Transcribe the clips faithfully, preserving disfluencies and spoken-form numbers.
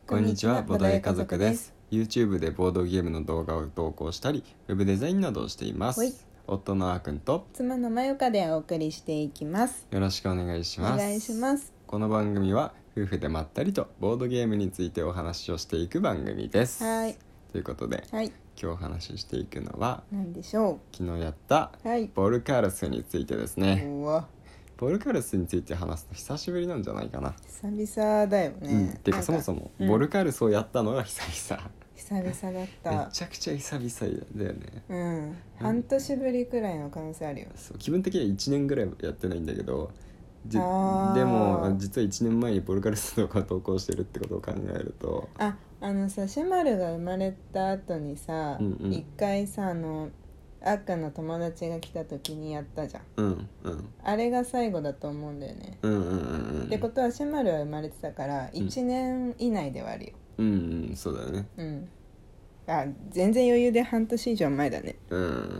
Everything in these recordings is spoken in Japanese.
こんにちは、ボドゲ家族です。 YouTube でボードゲームの動画を投稿したりウェブデザインなどをしています。夫のあーくんと妻のまゆかでお送りしていきます。 よろしくお願いします。 お願いします。 この番組は夫婦でまったりとボードゲームについてお話をしていく番組です。 はい。 ということで、 はい、 今日お話ししていくのは何でしょう。昨日やったボルカルスについてですね。 うわ、 ボルカルスについて話すの久しぶりなんじゃないかな。 久々だよね、 うん、てかそもそもボルカルスをやったのが久々、 久々だった。 めちゃくちゃ久々だよね。 うん、半年ぶりくらいの可能性あるよ。 そう気分的にはいちねんぐらいやってないんだけど、であでも実はいちねんまえにボルカルスとか投稿してるってことを考えると、 あ、あのさ、シェマルが生まれた後にさ、 うんうん、 一回さ、あのあっくんの友達が来た時にやったじゃん。 うんうん、 あれが最後だと思うんだよね。 うんうんうんうん。 ってことはシェマルは生まれてたからいちねん以内ではあるよ。 うん、うんうん、そうだよね。 うん。あ、全然余裕で半年以上前だね。 うん、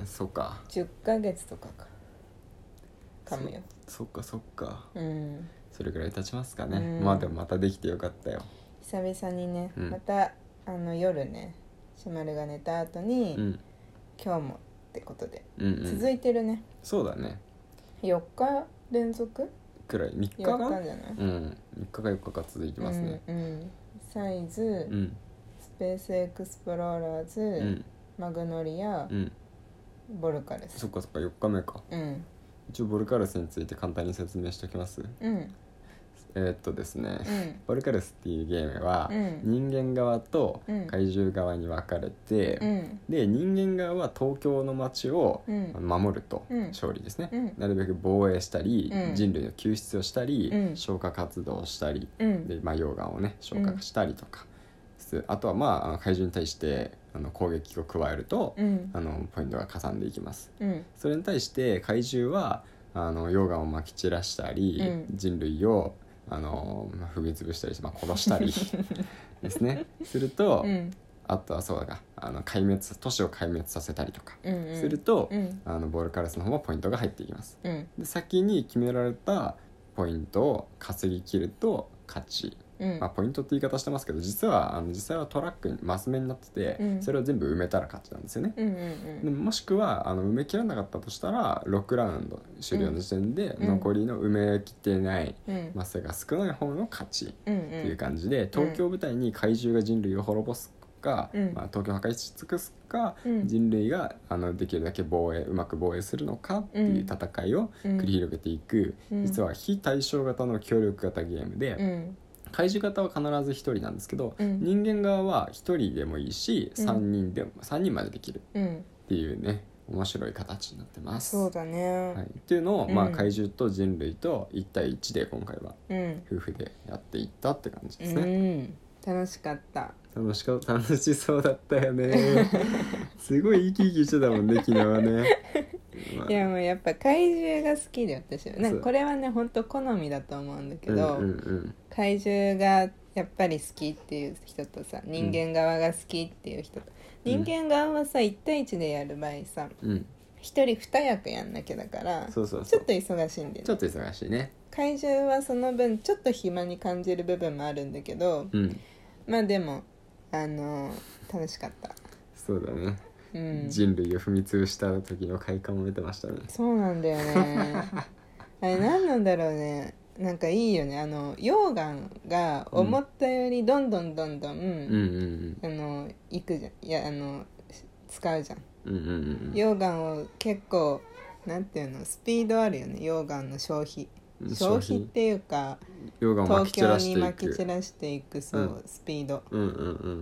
そっか。 じゅっかげつとかか。かもよ。 そ, そっかそっか。 うん。 それぐらい経ちますかね。 うん、 まあでもまたできてよかったよ。 久々にね、 うん、 またあの夜ね、シマルが寝た後に、 うん、 今日もってことで、 うんうん、 続いてるね。 そうだね。 よっか連続くらい、みっかかよっかじゃない？ うん、みっかかよっかか続いてますね。 うんうん、サイズ、 うん、 スペースエクスプローラーズ、 うん、 マグノリア、 うん、 ボルカルス。 そっかそっか、よっかめか。 うん、 一応ボルカルスについて簡単に説明しておきます。 うん、 えー、っとですね、 うん、 ボルカルスっていうゲームは、 うん、 人間側と怪獣側に分かれて、 うん、 で人間側は東京の街を守ると、 うん、 勝利ですね、 うん、 なるべく防衛したり、 うん、 人類の救出をしたり、 うん、 消火活動をしたり、 うん、 で、まあ、溶岩をね消火したりとか、うん、あとはまあ怪獣に対してあの攻撃を加えると、うん、あのポイントがかさんでいきます、うん、それに対して怪獣はあの溶岩をまき散らしたり、うん、人類をあの、まあ、踏み潰したりして、まあ、殺したりですねすると、うん、あとはそうだがあの壊滅都市を壊滅させたりとか、うんうん、すると、うん、あのボルカルスの方もポイントが入っていきます、うん、で先に決められたポイントを稼ぎ切ると勝ち、うんまあ、ポイントって言い方してますけど実はあの実際はトラックにマス目になってて、うん、それを全部埋めたら勝ちなんですよね、うんうんうん、でもしくはあの埋め切らなかったとしたらろくラウンド終了の時点で残りの埋め切ってないマスが少ない方の勝ちっていう感じで、東京を舞台に怪獣が人類を滅ぼすか、うんまあ、東京を破壊し尽くすか、うん、人類があのできるだけ防衛うまく防衛するのかっていう戦いを繰り広げていく、うん、実は非対称型の協力型ゲームで、うん怪獣型は必ずひとりなんですけど、うん、人間側はひとりでもいいし、うん、さんにんでもさんにんまでできるっていうね面白い形になってます。 そうだね、 はい、っていうのを、うんまあ、怪獣と人類といち対いちで今回は夫婦でやっていったって感じですね、 うん、楽しかった楽しか楽しそうだったよねすごい生き生きしてたもんね昨日はねまあ、いやもうやっぱ怪獣が好きで私はなんかこれはね本当好みだと思うんだけど、うんうんうん、怪獣がやっぱり好きっていう人とさ人間側が好きっていう人と、うん、人間側はさいち対いちでやる場合さ、うん、ひとりに役やんなきゃだからそうそうそうちょっと忙しいんで、ね、 ちょっと忙しいね。 怪獣はその分ちょっと暇に感じる部分もあるんだけど、うん、まあでもあの楽しかった。 そうだね、うん、人類を踏み潰した時の快感を得てましたね。 そうなんだよねあれ何なんだろうね。なんかいいよね。あの溶岩が思ったよりどんどんどんどん、うんうんうん、あのいくじゃん。いやあの使うじゃん、うんうんうん、溶岩を結構なんていうのスピードあるよね。溶岩の消費消費っていうか東京にまき散らしていくそう、うん、スピード、うんうんうん、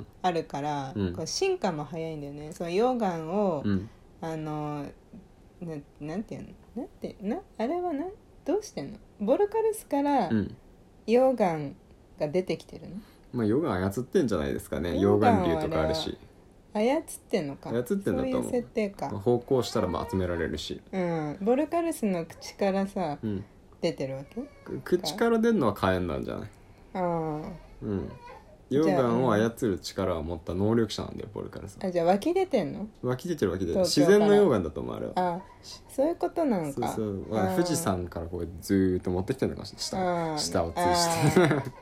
あるから、うん、こう進化も早いんだよね。その溶岩を、うん、あの な, なんていうのなんてなあれはなどうしてんのボルカルスから溶岩が出てきてるの、うんまあ、溶岩操ってんじゃないですかね。溶岩流とかあるし操ってんのか。 操ってんだと思う。そういう設定か。 方向したらまあ集められるし、 うん、ボルカルスの口からさ、うん出てるわけ。 口から出るのは火炎なんじゃない。ああうん溶岩を操る力を持った能力者なんだよボルカルス。 あじゃあ湧き出てんの。 湧き出てる湧き出てる自然の溶岩だと思うあれは。 あそういうことなのか。 そうそう、まあ、富士山からこうずーっと持ってきてるのかしら下下を通して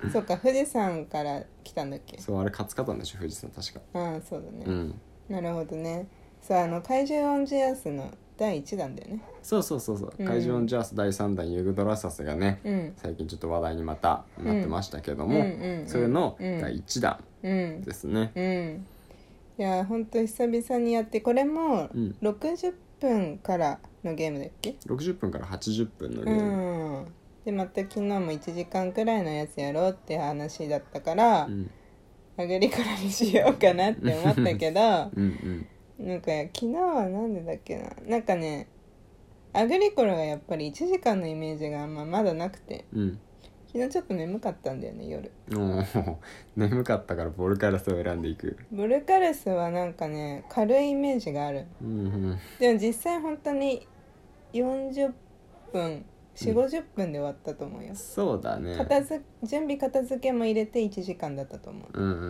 そうか、富士山から来たんだっけ。 そう、あれ勝俣でしょ、富士山確か。 ああそうだね、 うん、 なるほどね。そう、あの怪獣オンジアースのだいいちだんだよね。 そうそうそうそう、 うん、 怪獣オンジャースだいさんだんユグドラサスがね、うん、最近ちょっと話題にまたなってましたけども、うんうんうんうん、それのだいいちだんですね。 うんうん、いやほんと久々にやって、これもろくじゅっぷんからのゲームだっけ。 ろくじゅっぷんからはちじゅっぷんのゲーム、 うん、でまた昨日もいちじかんくらいのやつやろうって話だったから、うん、アグリコラにしようかなって思ったけどうん、うん、なんか昨日はなんでだっけな、なんかねアグリコラがやっぱりいちじかんのイメージがまあまだなくて、うん、昨日ちょっと眠かったんだよね夜。 お眠かったからボルカルスを選んでいく。 ボルカルスはなんかね軽いイメージがある、うんうん、でも実際本当によんじゅっぷんよんじゅうごじゅっぷんで終わったと思うよ、うん、 そうだね。 片付準備片付けも入れていちじかんだったと思う、うんうんうんうん、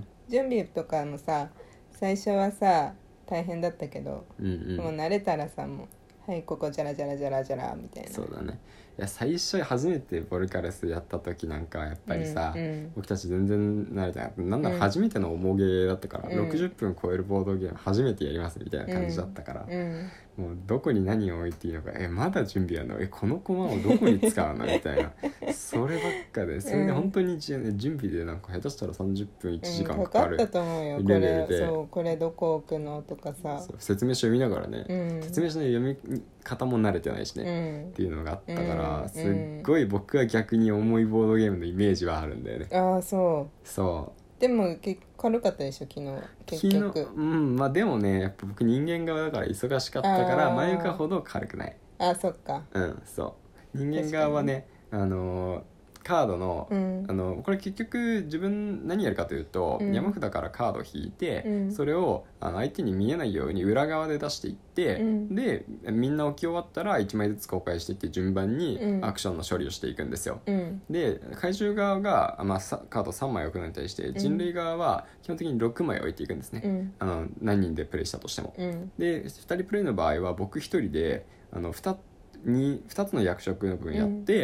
準備とかもさ最初はさ大変だったけど、うんうん、もう慣れたらさもうはいここジャラジャラジャラジャラみたいな。 そうだね。いや最初初めてボルカルスやった時なんかやっぱりさ、うんうん、僕たち全然慣れてなかった。なんだろう、初めての重ゲーだったから、うん、ろくじゅっぷん超えるボードゲーム初めてやりますみたいな感じだったから、うんうん、もうどこに何を置いていいのか、えまだ準備やるの、えこのコマをどこに使うのみたいなそればっかで、それで本当に準備でなんか下手したらさんじゅっぷんいちじかんかかるレベルで、うん、かかったと思うよ。これそうこれどこ置くのとかさ、 説明書読みながらね、うん、説明書の読み方も慣れてないしね、うん、っていうのがあったから、うん、すっごい僕は逆に重いボードゲームのイメージはあるんだよね。 ああそうそうでも軽かったでしょ昨日結局。 昨日うんまあでもねやっぱ僕人間側だから忙しかったから前床ほど軽くない。 あそっかうんそう人間側はねあのーカードの、うん、あのこれ結局自分何やるかというと、うん、山札からカードを引いて、うん、それをあの相手に見えないように裏側で出していって、うん、でみんな置き終わったらいちまいずつ公開していって順番にアクションの処理をしていくんですよ、うん、で怪獣側が、まあ、カードさんまい置くのに対して人類側は基本的にろくまい置いていくんですね、うん、あの何人でプレイしたとしても、でふたりプレイの場合は僕ひとりであのふたつに, ふたつの役職の分やって、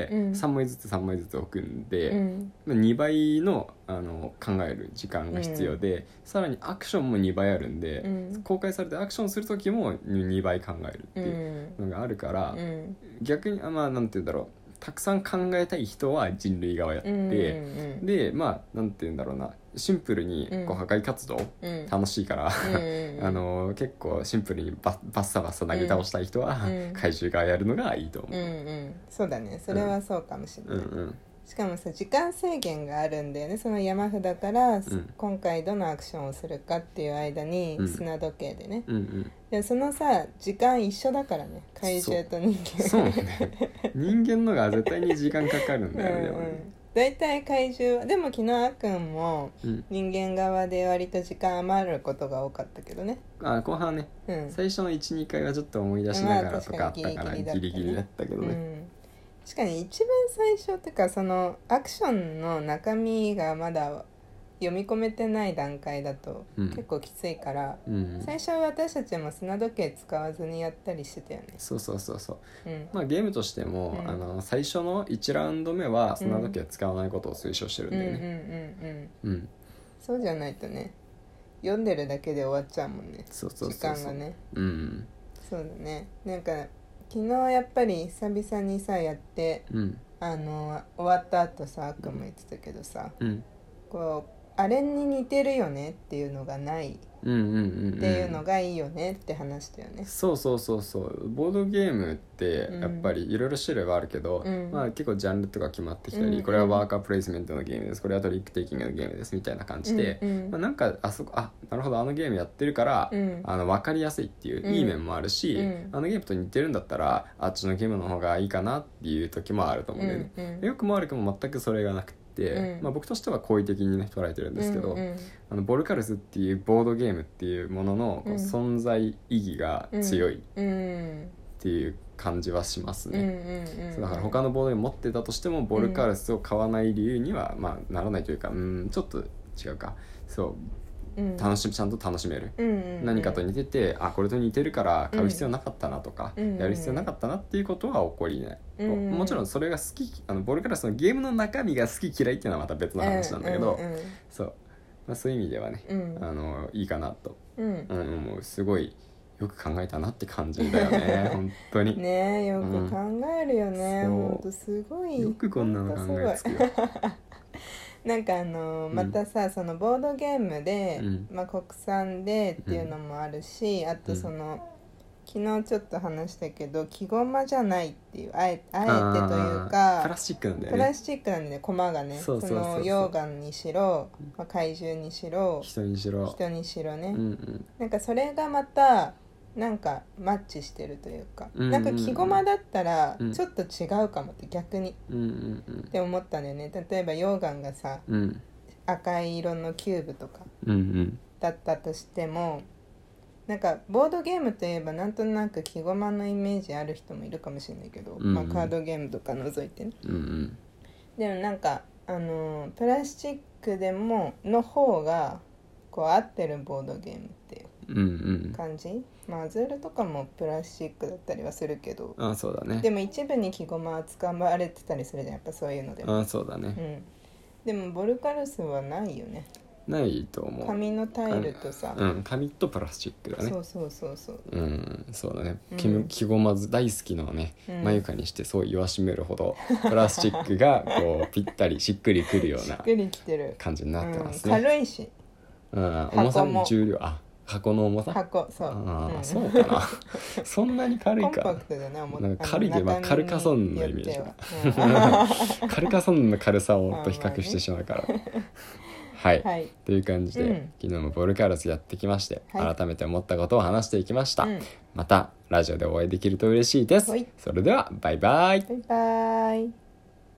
うん、さんまいずつさんまいずつ置くんで、うん、にばい の, あの考える時間が必要で、うん、さらにアクションもにばいあるんで、うん、公開されてアクションする時もにばい考えるっていうのがあるから、うん、逆にまあなんて言うんだろうたくさん考えたい人は人類側やって、うんうんうん、でまあなんて言うんだろうなシンプルにこう破壊活動、うん、楽しいから、うん、あの結構シンプルにバッ、バッサバッサ投げ倒したい人は、うん、怪獣側やるのがいいと思う、うんうん、 そうだねそれはそうかもしれない、うんうんうん、しかもさ時間制限があるんだよねその山札から、うん、今回どのアクションをするかっていう間に、うん、砂時計でね、うんうん、でそのさ時間一緒だからね怪獣と人間そうね人間のが絶対に時間かかるんだよね、うんうんだいたい怪獣でも昨日あっくんも人間側で割と時間余ることが多かったけどね、 うん、あ後半ね、うん、最初の いち,に 回はちょっと思い出しながらとかあったから、まあ、ギリギリだったけどね、うん、 確かに一番最初ってかそのアクションの中身がまだ読み込めてない段階だと結構きついから、うん、最初は私たちも砂時計使わずにやったりしてたよね。 そうそうそうそう、うん、まあゲームとしても、うん、あの最初のいちラウンド目は砂時計使わないことを推奨してるんだよね。うんうんうんうん、うん、 そうじゃないとね読んでるだけで終わっちゃうもんね。 そうそうそうそう時間がね、 うん、 そうだね。なんか昨日やっぱり久々にさやって、うん、あの終わった後さあっくんも言ってたけどさ、うん、こうあれに似てるよねっていうのがないっていうのがいいよねって話したよね、うんうんうん、 そうそうそうそうボードゲームってやっぱりいろいろ種類はあるけど、うん、まあ、結構ジャンルとか決まってきたり、うん、これはワーカープレイスメントのゲームです、これはトリックテイキングのゲームですみたいな感じで、うんうん、まあ、なんかあそこあなるほどあのゲームやってるから、うん、あの分かりやすいっていう、うん、いい面もあるし、うん、あのゲームと似てるんだったらあっちのゲームの方がいいかなっていう時もあると思うんだよね、うんうん、よくも悪くも全くそれがなくて、うん、まあ、僕としては好意的に、ね、捉えてるんですけど、うんうん、あのボルカルスっていうボードゲームっていうものの、うん、存在意義が強いっていう感じはしますね、うんうんうん、そうだから他のボードゲーム持ってたとしてもボルカルスを買わない理由には、まあ、ならないというか、うん、ちょっと違うかそう楽しちゃんと楽しめる、 うんうんうん、 何かと似ててあこれと似てるから買う必要なかったなとか、 うん、 やる必要なかったなっていうことは起こりね、 うんうん、 もちろんそれが好きあのボルカラスのゲームの中身が好き嫌いっていうのはまた別の話なんだけど、 うんうんうん、 そう、まあ、そういう意味ではね、 うん、 あのいいかなと、 うんうん、もうすごいよく考えたなって感じだよね本当にねえよく考えるよね、うん、ほんとすごいよくこんなの考えつくよなんかあのまたさ、うん、そのボードゲームで、うん、まあ、国産でっていうのもあるし、うん、あとその、昨日ちょっと話したけど木駒じゃないっていうあえ、あえてというかプラスチックなんだよねプラスチックなんで、ね、駒がね、その溶岩にしろ、まあ、怪獣にしろ人にしろ人にしろね、 うんうん、 なんかそれがまたなんかマッチしてるというか、うんうんうん、なんか木駒だったらちょっと違うかもって逆に、うんうんうん、って思ったんだよね。例えば溶岩がさ、うん、赤い色のキューブとかだったとしても、うんうん、なんかボードゲームといえばなんとなく木駒のイメージある人もいるかもしれないけど、うんうん、まあ、カードゲームとか除いてね、うんうん、でもなんかあのプラスチックでもの方がこう合ってるボードゲームっていう感じ、うんうん、まあアズールとかもプラスチックだったりはするけど、 ああそうだね、 でも一部に木駒は使われてたりするじゃん、やっぱそういうのでも。 ああそうだね、 うん、でもボルカルスはないよね。 ないと思う。 紙のタイルとさ、 うん、紙とプラスチックだね。 そうそうそうそう、 うん、そうだね、うん、木駒大好きのね、まゆかにしてそう言わしめるほどプラスチックがこうぴったりしっくりくるような感じになってますね、 うん、軽いし、 うん、重さも重量、あ箱の重さ、 箱そう、 あ、うん、そうかなそんなに軽いか、 コンパクトだね、 なんか軽いで、まあ、カルカソンのイメージが、うん、カルカソンの軽さをと比較してしまうからはい、はい、という感じで、うん、昨日もボルカルスやってきまして、はい、改めて思ったことを話していきました、うん、またラジオでお会いできると嬉しいです、はい、それではバイバイ。 バイバイ。